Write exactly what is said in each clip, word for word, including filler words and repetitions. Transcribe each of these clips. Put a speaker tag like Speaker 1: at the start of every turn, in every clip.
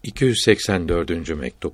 Speaker 1: iki yüz seksen dördüncü mektup.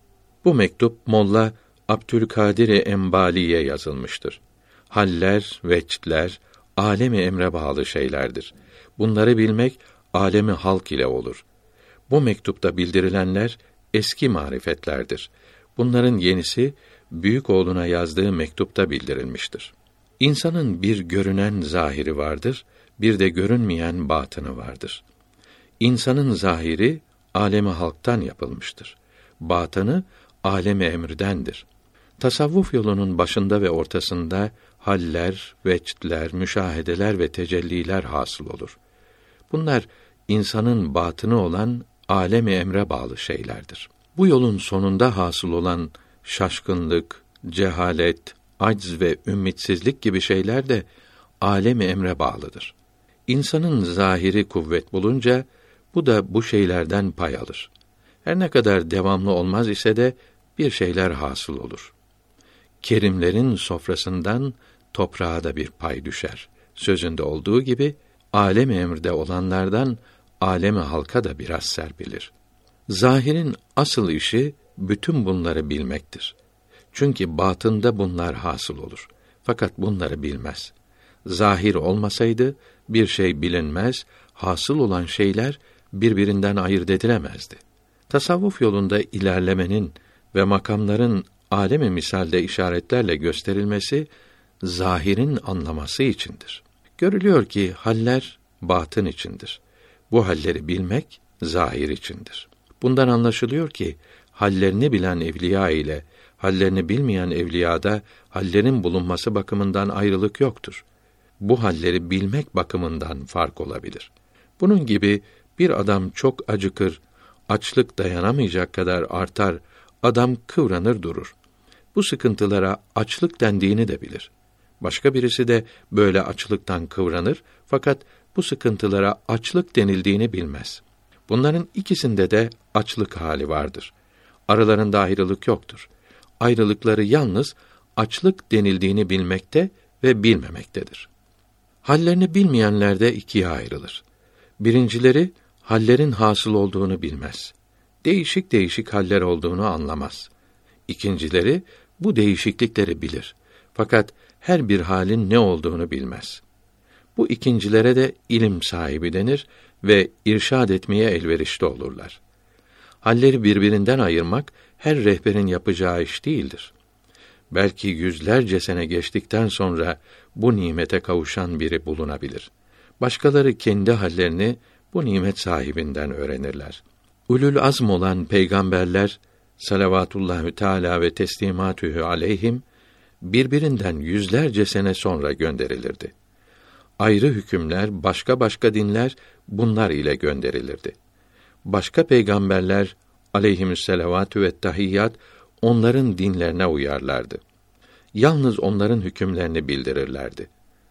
Speaker 1: Bu mektup Molla Abdülkadir-i Enbali'ye yazılmıştır. Haller, veçler, alemi emre bağlı şeylerdir. Bunları bilmek alemi halk ile olur. Bu mektupta bildirilenler eski marifetlerdir. Bunların yenisi büyük oğluna yazdığı mektupta bildirilmiştir. İnsanın bir görünen zahiri vardır, bir de görünmeyen batını vardır. İnsanın zahiri alemi halktan yapılmıştır. Batını alemi emrdendir. Tasavvuf yolunun başında ve ortasında haller, veçler, müşahedeler ve tecelliler hasıl olur. Bunlar insanın batını olan alemi emre bağlı şeylerdir. Bu yolun sonunda hasıl olan şaşkınlık, cehalet, acz ve ümitsizlik gibi şeyler de alemi emre bağlıdır. İnsanın zahiri kuvvet bulunca bu da bu şeylerden pay alır. Her ne kadar devamlı olmaz ise de bir şeyler hasıl olur. Kerimlerin sofrasından toprağa da bir pay düşer. Sözünde olduğu gibi alem-i emrde olanlardan alem-i halka da biraz serpilir. Zahirin asıl işi bütün bunları bilmektir. Çünkü batında bunlar hasıl olur. Fakat bunları bilmez. Zahir olmasaydı bir şey bilinmez, hasıl olan şeyler birbirinden ayırt edilemezdi. Tasavvuf yolunda ilerlemenin ve makamların alemi misalde işaretlerle gösterilmesi zahirin anlaması içindir. Görülüyor ki haller batın içindir. Bu halleri bilmek zahir içindir. Bundan anlaşılıyor ki hallerini bilen evliya ile hallerini bilmeyen evliyada hallerin bulunması bakımından ayrılık yoktur. Bu halleri bilmek bakımından fark olabilir. Bunun gibi bir adam çok acıkır, açlık dayanamayacak kadar artar, adam kıvranır durur. Bu sıkıntılara açlık dendiğini de bilir. Başka birisi de böyle açlıktan kıvranır fakat bu sıkıntılara açlık denildiğini bilmez. Bunların ikisinde de açlık hali vardır. Aralarında ayrılık yoktur. Ayrılıkları yalnız açlık denildiğini bilmekte ve bilmemektedir. Hallerini bilmeyenler de ikiye ayrılır. Birincileri hallerin hasıl olduğunu bilmez. Değişik değişik haller olduğunu anlamaz. İkincileri bu değişiklikleri bilir. Fakat her bir halin ne olduğunu bilmez. Bu ikincilere de ilim sahibi denir ve irşad etmeye elverişli olurlar. Halleri birbirinden ayırmak her rehberin yapacağı iş değildir. Belki yüzlerce sene geçtikten sonra bu nimete kavuşan biri bulunabilir. Başkaları kendi hallerini bu nimet sahibinden öğrenirler. Ulul azm olan peygamberler salavatullahü teâlâ ve teslimatühü aleyhim birbirinden yüzlerce sene sonra gönderilirdi. Ayrı hükümler, başka başka dinler bunlar ile gönderilirdi. Başka peygamberler aleyhimüsselavatü ve tahiyyat onların dinlerine uyarlardı. Yalnız onların hükümlerini bildirirlerdi.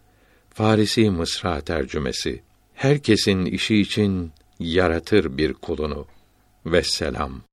Speaker 1: Farisi Mısra tercümesi: herkesin işi için yaratır bir kulunu. Vesselam.